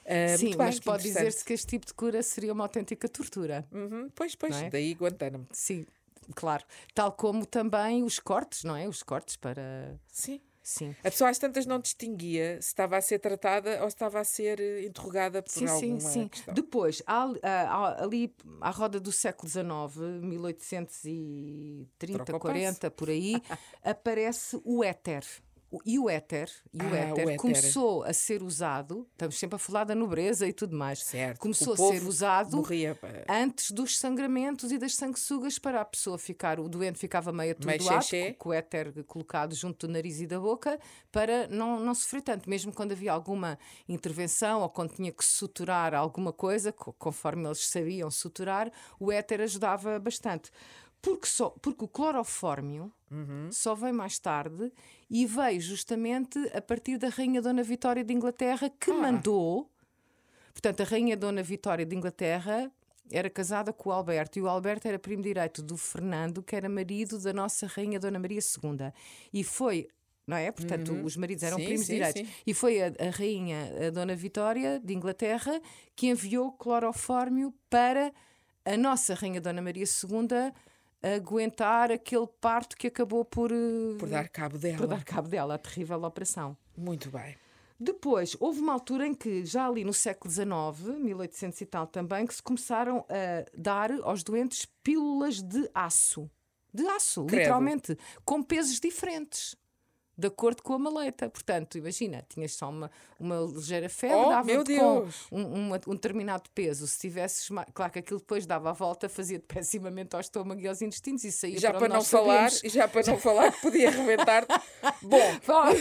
Speaker 2: Uh,
Speaker 3: Sim,
Speaker 2: muito bem,
Speaker 3: mas
Speaker 2: que
Speaker 3: pode
Speaker 2: interessante.
Speaker 3: dizer-se que este tipo de cura seria uma autêntica tortura.
Speaker 2: Uhum, pois, pois,
Speaker 3: Não é?
Speaker 2: daí Guantánamo.
Speaker 3: Sim, claro. Tal como também os cortes, não é? Os cortes para.
Speaker 2: Sim.
Speaker 3: Sim.
Speaker 2: A pessoa às tantas não distinguia se estava a ser tratada ou se estava a ser eh, interrogada por
Speaker 3: Sim,
Speaker 2: alguma
Speaker 3: sim, sim.
Speaker 2: questão.
Speaker 3: Depois, há, há- há- ali à roda do século dezanove, mil oitocentos e trinta,
Speaker 2: Troca o
Speaker 3: quarenta, por aí, aparece o éter. O- E o éter, e o
Speaker 2: Ah,
Speaker 3: éter
Speaker 2: o éter.
Speaker 3: começou a ser usado, estamos sempre a falar da nobreza e tudo mais,
Speaker 2: Certo.
Speaker 3: começou
Speaker 2: O
Speaker 3: a ser
Speaker 2: povo
Speaker 3: usado
Speaker 2: morria, pá.
Speaker 3: antes dos sangramentos e das sanguessugas para a pessoa ficar, o doente ficava meio
Speaker 2: Meio
Speaker 3: atordoado,
Speaker 2: xexé.
Speaker 3: com o éter colocado junto do nariz e da boca, para não, não sofrer tanto, mesmo quando havia alguma intervenção ou quando tinha que suturar alguma coisa, co- conforme eles sabiam suturar, o éter ajudava bastante. Porque, só, porque o clorofórmio só veio mais tarde e veio justamente a partir da Rainha Dona Vitória de Inglaterra, que mandou. Portanto, a Rainha Dona Vitória de Inglaterra era casada com o Alberto e o Alberto era primo direito do Fernando, que era marido da nossa Rainha Dona Maria segunda. E foi, não é? Portanto, os maridos eram
Speaker 2: Sim,
Speaker 3: primos
Speaker 2: sim,
Speaker 3: direitos.
Speaker 2: sim.
Speaker 3: E foi a, a Rainha a Dona Vitória de Inglaterra que enviou clorofórmio para a nossa Rainha Dona Maria segunda aguentar aquele parto que acabou por, eh,
Speaker 2: Por dar cabo dela.
Speaker 3: por dar cabo dela, a terrível operação.
Speaker 2: Muito bem.
Speaker 3: Depois, houve uma altura em que, já ali no século dezanove, mil e oitocentos e tal também, que se começaram a dar aos doentes pílulas de aço. De aço,
Speaker 2: Credo.
Speaker 3: literalmente, com pesos diferentes, de acordo com a maleta. Portanto, imagina, tinhas só uma, uma ligeira febre,
Speaker 2: Oh,
Speaker 3: dava-te
Speaker 2: meu
Speaker 3: com
Speaker 2: Deus!
Speaker 3: um, uma- um determinado peso. Se tivesses, ma- claro que aquilo depois dava a volta, fazia-te pessimamente ao estômago e aos intestinos e saía
Speaker 2: E já
Speaker 3: para
Speaker 2: para
Speaker 3: onde
Speaker 2: não
Speaker 3: nós
Speaker 2: falar,
Speaker 3: sabemos.
Speaker 2: e já para não falar que podia arrebentar. Bom,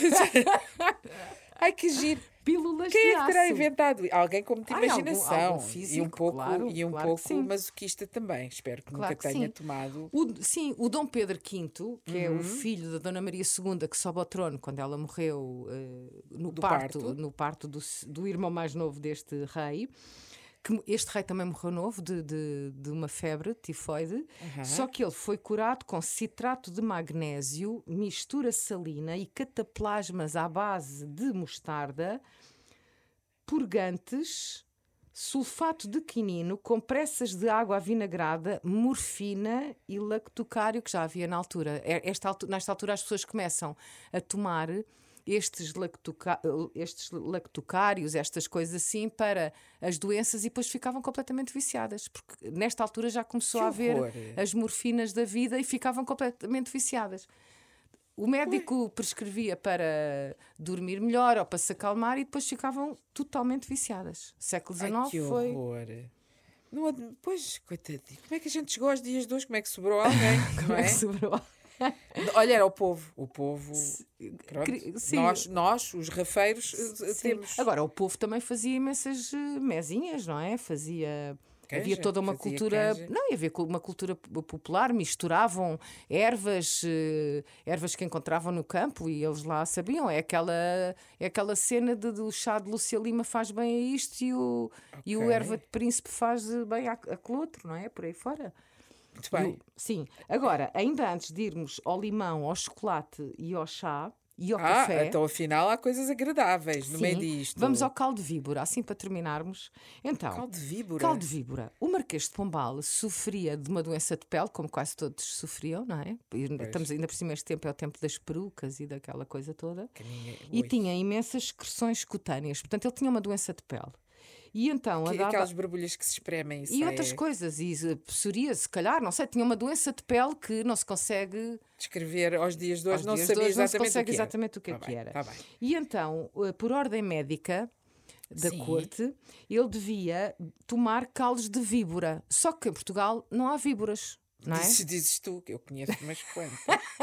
Speaker 2: ai que giro.
Speaker 3: Pílulas
Speaker 2: Quem
Speaker 3: de
Speaker 2: é que terá
Speaker 3: aço.
Speaker 2: inventado? Alguém com muita
Speaker 3: Ai, algum-
Speaker 2: imaginação
Speaker 3: algum
Speaker 2: e um
Speaker 3: físico,
Speaker 2: pouco,
Speaker 3: claro,
Speaker 2: e um
Speaker 3: claro que
Speaker 2: pouco
Speaker 3: sim.
Speaker 2: masoquista também. Espero que
Speaker 3: Claro
Speaker 2: nunca
Speaker 3: que
Speaker 2: tenha
Speaker 3: sim.
Speaker 2: tomado.
Speaker 3: O- sim, o Dom Pedro quinto, que é
Speaker 2: Uhum.
Speaker 3: o filho da Dona Maria segunda, que sobe ao trono quando ela morreu eh, no
Speaker 2: Do
Speaker 3: parto,
Speaker 2: parto.
Speaker 3: no parto do, s- do irmão mais novo deste rei. Que este rei também morreu novo de, de, de uma febre tifoide, só que ele foi curado com citrato de magnésio, mistura salina e cataplasmas à base de mostarda, purgantes, sulfato de quinino, compressas de água avinagrada, morfina e lactucário, que já havia na altura. É- Esta, altu- nesta altura as pessoas começam a tomar estes, lactuca- estes lactucários, estas coisas assim, para as doenças e depois ficavam completamente viciadas. Porque nesta altura já começou
Speaker 2: Que
Speaker 3: a haver
Speaker 2: horror.
Speaker 3: as morfinas da vida e ficavam completamente viciadas. O médico prescrevia para dormir melhor ou para se acalmar e depois ficavam totalmente viciadas. Século
Speaker 2: Ai
Speaker 3: dezenove
Speaker 2: que
Speaker 3: foi.
Speaker 2: horror. Não, ad- pois, coitadinho. Como é que a gente chegou aos dias de hoje? Como é que sobrou alguém?
Speaker 3: Como
Speaker 2: não
Speaker 3: é
Speaker 2: é?
Speaker 3: que sobrou?
Speaker 2: Olha, era o povo. O povo. Pronto.
Speaker 3: cri- sim.
Speaker 2: Nós, nós, os rafeiros, eh,
Speaker 3: Sim.
Speaker 2: temos.
Speaker 3: Agora, o povo também fazia imensas eh, mezinhas, não é? Fazia.
Speaker 2: Canja,
Speaker 3: Havia toda uma
Speaker 2: fazia
Speaker 3: cultura.
Speaker 2: canja.
Speaker 3: Não, havia cu- uma cultura p- popular, misturavam ervas, eh, ervas que encontravam no campo e eles lá sabiam. É aquela, é aquela cena de, do chá de Lúcia Lima faz bem a isto e o, e o
Speaker 2: Ok.
Speaker 3: erva de príncipe faz eh, bem a- aquele outro, não é? Por aí fora.
Speaker 2: Muito
Speaker 3: E
Speaker 2: bem.
Speaker 3: o- sim. Agora, ainda antes de irmos ao limão, ao chocolate e ao chá e ao
Speaker 2: Ah,
Speaker 3: café.
Speaker 2: então afinal há coisas agradáveis no
Speaker 3: Sim,
Speaker 2: meio disto.
Speaker 3: vamos ao caldo de víbora, assim para terminarmos. Então,
Speaker 2: caldo de víbora.
Speaker 3: caldo de víbora. O Marquês de Pombal sofria de uma doença de pele, como quase todos sofriam, não é? E estamos ainda por cima, este tempo é o tempo das perucas e daquela coisa toda.
Speaker 2: Que ninguém-
Speaker 3: E
Speaker 2: Ui.
Speaker 3: tinha imensas excreções cutâneas, portanto, ele tinha uma doença de pele. E então, a
Speaker 2: Que-
Speaker 3: dada-
Speaker 2: Aquelas borbulhas que se espremem.
Speaker 3: e
Speaker 2: sai-
Speaker 3: outras coisas, e eh, psoríase, se calhar, não sei, tinha uma doença de pele que não se consegue.
Speaker 2: Descrever aos dias de hoje,
Speaker 3: Aos
Speaker 2: não
Speaker 3: dias
Speaker 2: sabia
Speaker 3: de hoje não se
Speaker 2: exatamente
Speaker 3: consegue
Speaker 2: o que era.
Speaker 3: exatamente o que é
Speaker 2: Tá
Speaker 3: que
Speaker 2: bem,
Speaker 3: era.
Speaker 2: tá bem.
Speaker 3: E então, eh, por ordem médica da
Speaker 2: Sim.
Speaker 3: corte, ele devia tomar caldos de víbora. Só que em Portugal não há víboras, não é?
Speaker 2: Dizes, dizes tu, que eu conheço umas quantas.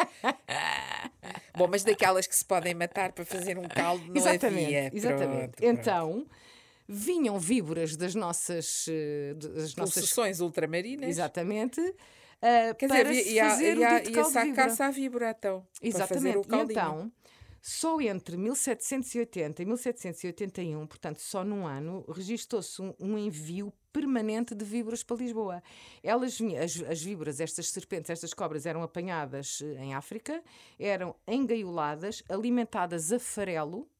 Speaker 2: Bom, mas daquelas que se podem matar para fazer um caldo não
Speaker 3: exatamente,
Speaker 2: havia.
Speaker 3: exatamente.
Speaker 2: Pronto, pronto.
Speaker 3: Então, vinham víboras das nossas, eh, das nossas
Speaker 2: Pulsações ultramarinas.
Speaker 3: exatamente, eh,
Speaker 2: Quer
Speaker 3: para
Speaker 2: dizer,
Speaker 3: se
Speaker 2: ia,
Speaker 3: fazer
Speaker 2: ia,
Speaker 3: o dito
Speaker 2: ia,
Speaker 3: caldo de
Speaker 2: ia
Speaker 3: víbora.
Speaker 2: caça à víbora, então. Para fazer
Speaker 3: Exatamente.
Speaker 2: o
Speaker 3: E
Speaker 2: caldinho.
Speaker 3: então, só entre mil setecentos e oitenta e mil setecentos e oitenta e um, portanto, só num ano, registou-se um, um envio permanente de víboras para Lisboa. Elas, vinham- as, as víboras, estas serpentes, estas cobras, eram apanhadas eh, em África, eram engaioladas, alimentadas a farelo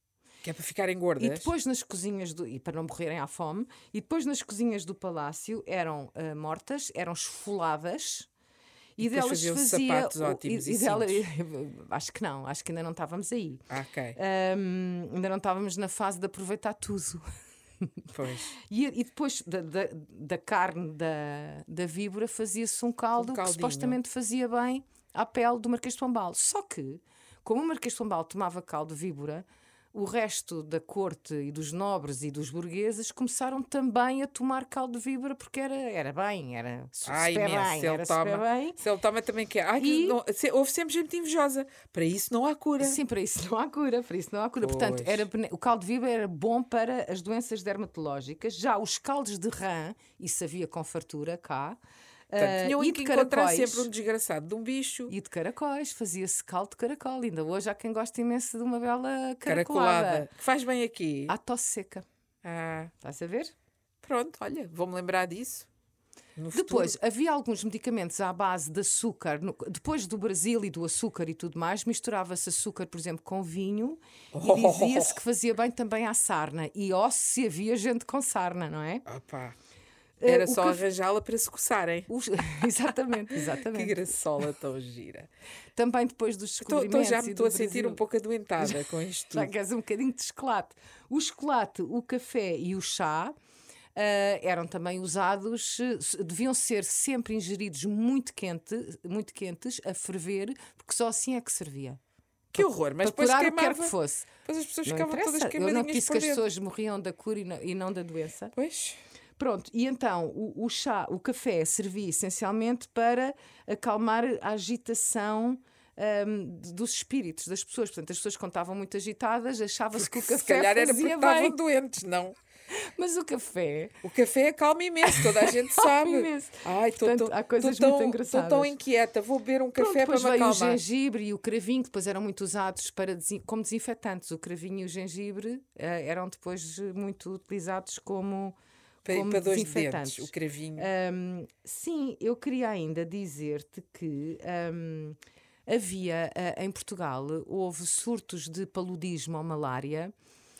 Speaker 2: Que é para ficarem gordas.
Speaker 3: E depois nas cozinhas, do, e para não morrerem à fome, e depois nas cozinhas do palácio eram uh, mortas, eram esfoladas. E,
Speaker 2: e depois
Speaker 3: delas
Speaker 2: faziam
Speaker 3: fazia,
Speaker 2: sapatos ótimos
Speaker 3: e,
Speaker 2: e,
Speaker 3: e dela,
Speaker 2: cintos.
Speaker 3: acho que não, acho que ainda não estávamos aí.
Speaker 2: Ah, ok.
Speaker 3: Um, ainda não estávamos na fase de aproveitar tudo.
Speaker 2: Pois.
Speaker 3: E, e depois da, da, da carne da, da víbora fazia-se um caldo
Speaker 2: Um
Speaker 3: que supostamente fazia bem à pele do Marquês de Pombal. Só que, como o Marquês de Pombal tomava caldo de víbora, o resto da corte e dos nobres e dos burgueses começaram também a tomar caldo de víbora porque era, era bem, era
Speaker 2: Ai,
Speaker 3: super
Speaker 2: imenso,
Speaker 3: bem,
Speaker 2: se ele
Speaker 3: era
Speaker 2: toma,
Speaker 3: super bem.
Speaker 2: Se ele toma também quer. Ai,
Speaker 3: E-
Speaker 2: que não, se, houve sempre gente invejosa. Para isso não há cura.
Speaker 3: Sim, para isso não há cura, para isso não há cura. Portanto,
Speaker 2: Pois.
Speaker 3: era, bene- o caldo de víbora era bom para as doenças dermatológicas. Já os caldos de rã, isso havia com fartura cá.
Speaker 2: Portanto,
Speaker 3: ah,
Speaker 2: tinham
Speaker 3: e
Speaker 2: que
Speaker 3: de
Speaker 2: encontrar
Speaker 3: caracóis.
Speaker 2: sempre um desgraçado de um bicho.
Speaker 3: E de caracóis, fazia-se caldo de caracol. Ainda hoje há quem goste imenso de uma bela caracolada.
Speaker 2: Caracolada. Que faz bem aqui.
Speaker 3: Há tosse seca.
Speaker 2: Ah,
Speaker 3: Estás a ver?
Speaker 2: pronto, olha, vou-me lembrar disso. No
Speaker 3: Depois,
Speaker 2: futuro.
Speaker 3: havia alguns medicamentos à base de açúcar. No- depois do Brasil e do açúcar e tudo mais, misturava-se açúcar, por exemplo, com vinho e dizia-se que fazia bem também à sarna. E ó, se havia gente com sarna, não é?
Speaker 2: Opá.
Speaker 3: Eh,
Speaker 2: Era
Speaker 3: o
Speaker 2: só
Speaker 3: café-
Speaker 2: arranjá-la para se coçarem.
Speaker 3: Os- Exatamente,
Speaker 2: Que
Speaker 3: exatamente.
Speaker 2: graçola tão gira.
Speaker 3: Também depois dos
Speaker 2: Estou,
Speaker 3: descobrimentos
Speaker 2: estou- já me
Speaker 3: e
Speaker 2: estou
Speaker 3: do
Speaker 2: a sentir
Speaker 3: Brasil.
Speaker 2: um pouco adoentada com isto
Speaker 3: Já
Speaker 2: tudo.
Speaker 3: queres um bocadinho de chocolate. O chocolate, o café e o chá ah, eram também usados, eh, s- deviam ser sempre ingeridos muito, quente, muito quentes, a ferver, porque só assim é que servia.
Speaker 2: Que horror, mas
Speaker 3: Para
Speaker 2: depois
Speaker 3: curar o que quer
Speaker 2: queimava.
Speaker 3: que fosse.
Speaker 2: Depois as pessoas
Speaker 3: Não
Speaker 2: ficavam todas
Speaker 3: interessa. Eu não
Speaker 2: queimadinhas
Speaker 3: disse
Speaker 2: por
Speaker 3: que as
Speaker 2: dentro.
Speaker 3: pessoas morriam da cura e não, e não da doença.
Speaker 2: Pois.
Speaker 3: Pronto, e então o, o chá, o café servia essencialmente para acalmar a agitação ahm, de- dos espíritos das pessoas. Portanto, as pessoas quando estavam muito agitadas achavam-se que o
Speaker 2: Se
Speaker 3: café
Speaker 2: calhar era porque
Speaker 3: fazia
Speaker 2: estavam
Speaker 3: bem.
Speaker 2: doentes, não?
Speaker 3: Mas o café
Speaker 2: O café acalma imenso, toda a gente
Speaker 3: Calma
Speaker 2: sabe.
Speaker 3: imenso.
Speaker 2: Ai, estou
Speaker 3: Portanto,
Speaker 2: tão,
Speaker 3: há coisas
Speaker 2: estou
Speaker 3: muito
Speaker 2: tão,
Speaker 3: engraçadas.
Speaker 2: estou tão inquieta, vou beber um
Speaker 3: Pronto,
Speaker 2: café para
Speaker 3: depois
Speaker 2: me
Speaker 3: veio o
Speaker 2: acalmar.
Speaker 3: gengibre e o cravinho, que depois eram muito usados para desi- como desinfetantes. O cravinho e o gengibre eh, eram depois eh, muito utilizados como,
Speaker 2: Para,
Speaker 3: como
Speaker 2: para dois
Speaker 3: desinfetantes.
Speaker 2: dentes, o cravinho.
Speaker 3: Ahm, sim, eu queria ainda dizer-te que ahm, havia ah, em Portugal, houve surtos de paludismo ou malária.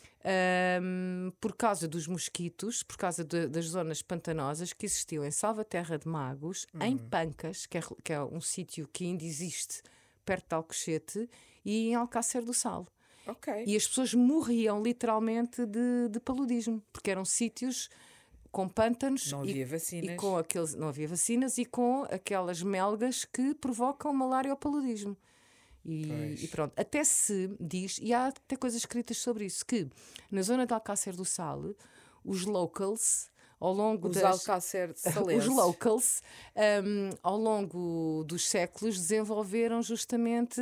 Speaker 3: ahm, por causa dos mosquitos, por causa de- das zonas pantanosas que existiam em Salvaterra de Magos, em Pancas, que é, re- que é um sítio que ainda existe perto de Alcochete, e em Alcácer do Sal.
Speaker 2: Ok.
Speaker 3: E as pessoas morriam literalmente de, de paludismo, porque eram sítios com pântanos
Speaker 2: Não
Speaker 3: e,
Speaker 2: havia vacinas.
Speaker 3: e com aqueles, não havia vacinas e com aquelas melgas que provocam malária ou paludismo. E,
Speaker 2: Pois.
Speaker 3: e pronto, até se diz, e há até coisas escritas sobre isso, que na zona de Alcácer do Sal, os locals, ao longo
Speaker 2: Os
Speaker 3: das...
Speaker 2: alcácer salenses.
Speaker 3: Os locals, um, ao longo dos séculos, desenvolveram justamente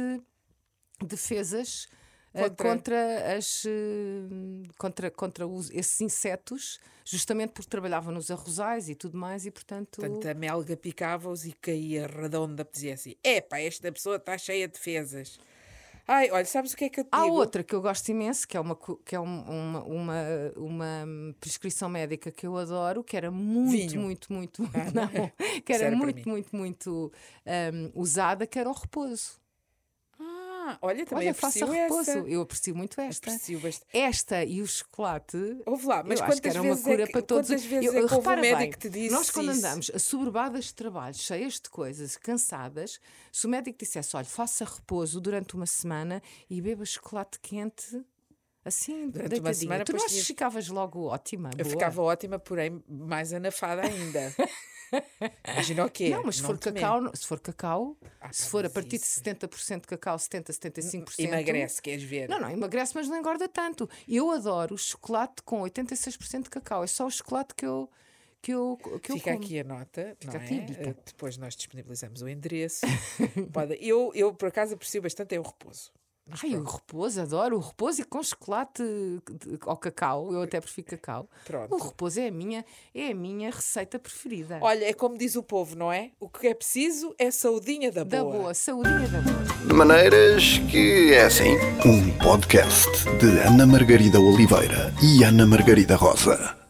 Speaker 3: defesas uh,
Speaker 2: Contra-
Speaker 3: contra, as, uh, contra, contra os, esses insetos, justamente porque trabalhavam nos arrozais e tudo mais, e portanto.
Speaker 2: Portanto, a melga picava-os e caía redonda, dizia assim: epá, esta pessoa está cheia de defesas. Ai, olha, sabes o que é que eu te
Speaker 3: Há
Speaker 2: digo?
Speaker 3: outra que eu gosto imenso, que é, uma, co- que é um- uma, uma, uma prescrição médica que eu adoro, que era muito,
Speaker 2: Vinho.
Speaker 3: muito, muito, muito,
Speaker 2: Ah,
Speaker 3: não, que
Speaker 2: Isso
Speaker 3: era
Speaker 2: era para
Speaker 3: muito,
Speaker 2: mim.
Speaker 3: muito, muito um, usada, que era o repouso.
Speaker 2: Ah, olha, também
Speaker 3: Olha, faça
Speaker 2: aprecio
Speaker 3: repouso.
Speaker 2: essa.
Speaker 3: Eu aprecio muito esta.
Speaker 2: Aprecio bastante.
Speaker 3: Esta e o chocolate.
Speaker 2: Ouve lá, mas
Speaker 3: eu
Speaker 2: quantas
Speaker 3: acho que era uma
Speaker 2: vezes
Speaker 3: cura
Speaker 2: é que,
Speaker 3: para todos.
Speaker 2: quantas vezes
Speaker 3: Eu-
Speaker 2: é que houve um
Speaker 3: repara
Speaker 2: médico
Speaker 3: bem,
Speaker 2: que te disse
Speaker 3: nós quando
Speaker 2: isso?
Speaker 3: andamos assoberbadas de trabalho, cheias de coisas, cansadas, se o médico dissesse, olha, faça repouso durante uma semana e beba chocolate quente, assim,
Speaker 2: Durante uma
Speaker 3: deitadinha.
Speaker 2: semana,
Speaker 3: Tu não
Speaker 2: depois
Speaker 3: achas
Speaker 2: tinhas-
Speaker 3: que ficavas logo ótima?
Speaker 2: Eu
Speaker 3: boa?
Speaker 2: ficava ótima, porém mais anafada ainda. Imagina o quê?
Speaker 3: Não, mas se for
Speaker 2: tomei.
Speaker 3: cacau, se for cacau,
Speaker 2: Ah,
Speaker 3: se
Speaker 2: pá,
Speaker 3: for a
Speaker 2: mas
Speaker 3: partir de
Speaker 2: isso-
Speaker 3: setenta por cento de cacau, setenta, setenta e cinco por cento.
Speaker 2: Emagrece, queres ver?
Speaker 3: Não, não, emagrece, mas não engorda tanto. Eu adoro chocolate com oitenta e seis por cento de cacau. É só o chocolate que eu, que eu, que eu
Speaker 2: Fica
Speaker 3: como.
Speaker 2: aqui a nota,
Speaker 3: Fica
Speaker 2: não
Speaker 3: aqui a
Speaker 2: é?
Speaker 3: dica.
Speaker 2: Eh, Depois nós disponibilizamos o endereço. Pode- eu, eu, por acaso, aprecio bastante é o repouso. Mas
Speaker 3: Ai, o
Speaker 2: pronto,
Speaker 3: repouso, adoro o repouso e com chocolate de- ao cacau. Eu até prefiro cacau.
Speaker 2: pronto.
Speaker 3: O repouso é a minha, é a minha receita preferida.
Speaker 2: Olha, é como diz o povo, não é? O que é preciso é saudinha da
Speaker 3: Da
Speaker 2: boa.
Speaker 3: boa, saudinha da boa.
Speaker 1: De maneiras que é assim.
Speaker 4: Um podcast de Ana Margarida Oliveira e Ana Margarida Rosa.